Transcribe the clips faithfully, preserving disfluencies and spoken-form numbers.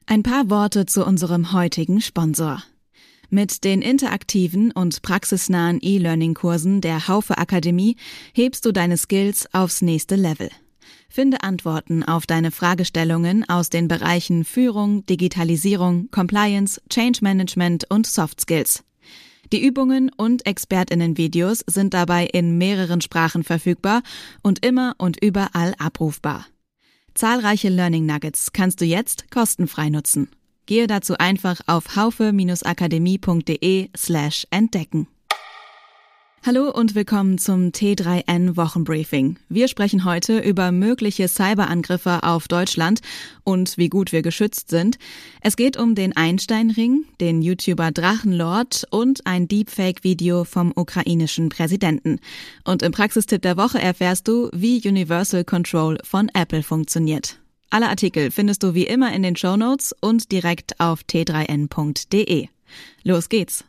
Ein paar Worte zu unserem heutigen Sponsor. Mit den interaktiven und praxisnahen E-Learning-Kursen der Haufe Akademie hebst du deine Skills aufs nächste Level. Finde Antworten auf deine Fragestellungen aus den Bereichen Führung, Digitalisierung, Compliance, Change Management und Soft Skills. Die Übungen und ExpertInnen-Videos sind dabei in mehreren Sprachen verfügbar und immer und überall abrufbar. Zahlreiche Learning Nuggets kannst du jetzt kostenfrei nutzen. Gehe dazu einfach auf haufe-akademie.de slash entdecken. Hallo und willkommen zum T drei N Wochenbriefing. Wir sprechen heute über mögliche Cyberangriffe auf Deutschland und wie gut wir geschützt sind. Es geht um den Einstein-Ring, den YouTuber Drachenlord und ein Deepfake-Video vom ukrainischen Präsidenten. Und im Praxistipp der Woche erfährst du, wie Universal Control von Apple funktioniert. Alle Artikel findest du wie immer in den Shownotes und direkt auf t drei n punkt d e. Los geht's!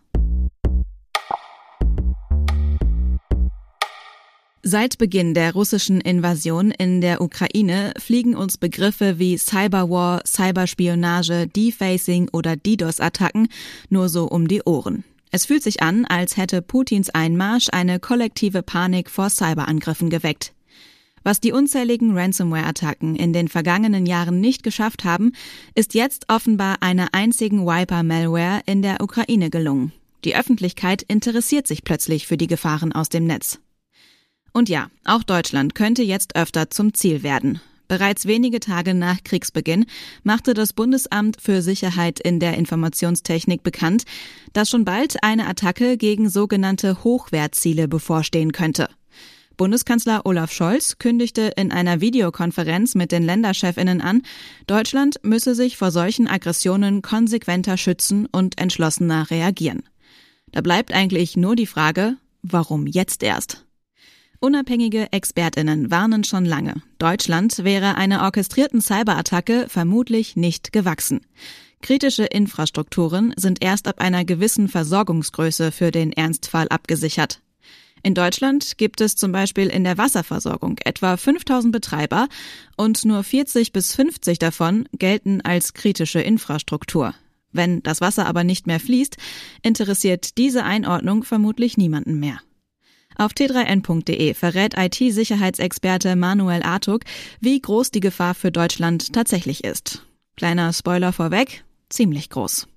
Seit Beginn der russischen Invasion in der Ukraine fliegen uns Begriffe wie Cyberwar, Cyberspionage, Defacing oder DDoS-Attacken nur so um die Ohren. Es fühlt sich an, als hätte Putins Einmarsch eine kollektive Panik vor Cyberangriffen geweckt. Was die unzähligen Ransomware-Attacken in den vergangenen Jahren nicht geschafft haben, ist jetzt offenbar einer einzigen Wiper-Malware in der Ukraine gelungen. Die Öffentlichkeit interessiert sich plötzlich für die Gefahren aus dem Netz. Und ja, auch Deutschland könnte jetzt öfter zum Ziel werden. Bereits wenige Tage nach Kriegsbeginn machte das Bundesamt für Sicherheit in der Informationstechnik bekannt, dass schon bald eine Attacke gegen sogenannte Hochwertziele bevorstehen könnte. Bundeskanzler Olaf Scholz kündigte in einer Videokonferenz mit den Länderchefinnen an, Deutschland müsse sich vor solchen Aggressionen konsequenter schützen und entschlossener reagieren. Da bleibt eigentlich nur die Frage, warum jetzt erst? Unabhängige ExpertInnen warnen schon lange. Deutschland wäre einer orchestrierten Cyberattacke vermutlich nicht gewachsen. Kritische Infrastrukturen sind erst ab einer gewissen Versorgungsgröße für den Ernstfall abgesichert. In Deutschland gibt es zum Beispiel in der Wasserversorgung etwa fünftausend Betreiber und nur vierzig bis fünfzig davon gelten als kritische Infrastruktur. Wenn das Wasser aber nicht mehr fließt, interessiert diese Einordnung vermutlich niemanden mehr. Auf t drei n punkt d e verrät I T-Sicherheitsexperte Manuel Artuk, wie groß die Gefahr für Deutschland tatsächlich ist. Kleiner Spoiler vorweg, ziemlich groß.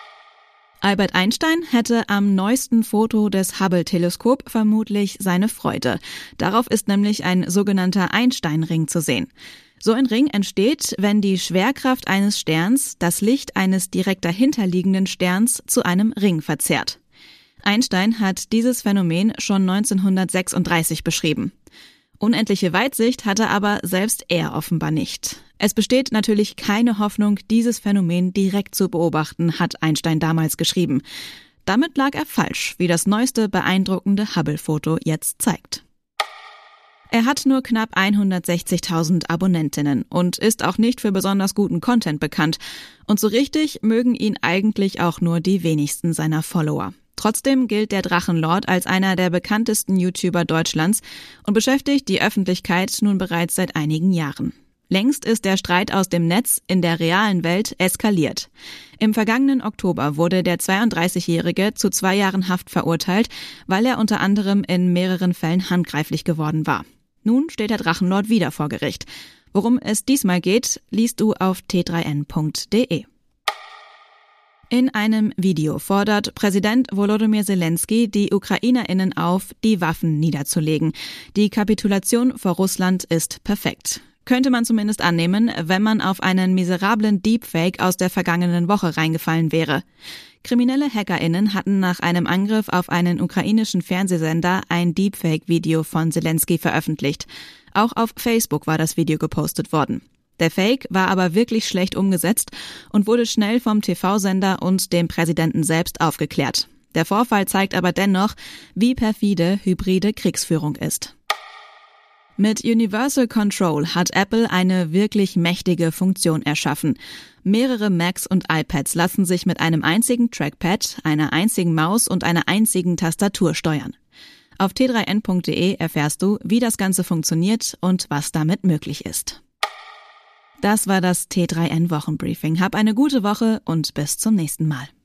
Albert Einstein hätte am neuesten Foto des Hubble-Teleskop vermutlich seine Freude. Darauf ist nämlich ein sogenannter Einstein-Ring zu sehen. So ein Ring entsteht, wenn die Schwerkraft eines Sterns das Licht eines direkt dahinterliegenden Sterns zu einem Ring verzerrt. Einstein hat dieses Phänomen schon neunzehnhundertsechsunddreißig beschrieben. Unendliche Weitsicht hatte aber selbst er offenbar nicht. Es besteht natürlich keine Hoffnung, dieses Phänomen direkt zu beobachten, hat Einstein damals geschrieben. Damit lag er falsch, wie das neueste beeindruckende Hubble-Foto jetzt zeigt. Er hat nur knapp hundertsechzigtausend Abonnentinnen und ist auch nicht für besonders guten Content bekannt. Und so richtig mögen ihn eigentlich auch nur die wenigsten seiner Follower. Trotzdem gilt der Drachenlord als einer der bekanntesten YouTuber Deutschlands und beschäftigt die Öffentlichkeit nun bereits seit einigen Jahren. Längst ist der Streit aus dem Netz in der realen Welt eskaliert. Im vergangenen Oktober wurde der zweiunddreißigjährige zu zwei Jahren Haft verurteilt, weil er unter anderem in mehreren Fällen handgreiflich geworden war. Nun steht der Drachenlord wieder vor Gericht. Worum es diesmal geht, liest du auf t drei n punkt d e. In einem Video fordert Präsident Volodymyr Zelensky die UkrainerInnen auf, die Waffen niederzulegen. Die Kapitulation vor Russland ist perfekt. Könnte man zumindest annehmen, wenn man auf einen miserablen Deepfake aus der vergangenen Woche reingefallen wäre. Kriminelle HackerInnen hatten nach einem Angriff auf einen ukrainischen Fernsehsender ein Deepfake-Video von Zelensky veröffentlicht. Auch auf Facebook war das Video gepostet worden. Der Fake war aber wirklich schlecht umgesetzt und wurde schnell vom T V-Sender und dem Präsidenten selbst aufgeklärt. Der Vorfall zeigt aber dennoch, wie perfide hybride Kriegsführung ist. Mit Universal Control hat Apple eine wirklich mächtige Funktion erschaffen. Mehrere Macs und iPads lassen sich mit einem einzigen Trackpad, einer einzigen Maus und einer einzigen Tastatur steuern. Auf t drei n punkt d e erfährst du, wie das Ganze funktioniert und was damit möglich ist. Das war das T drei N Wochenbriefing. Hab eine gute Woche und bis zum nächsten Mal.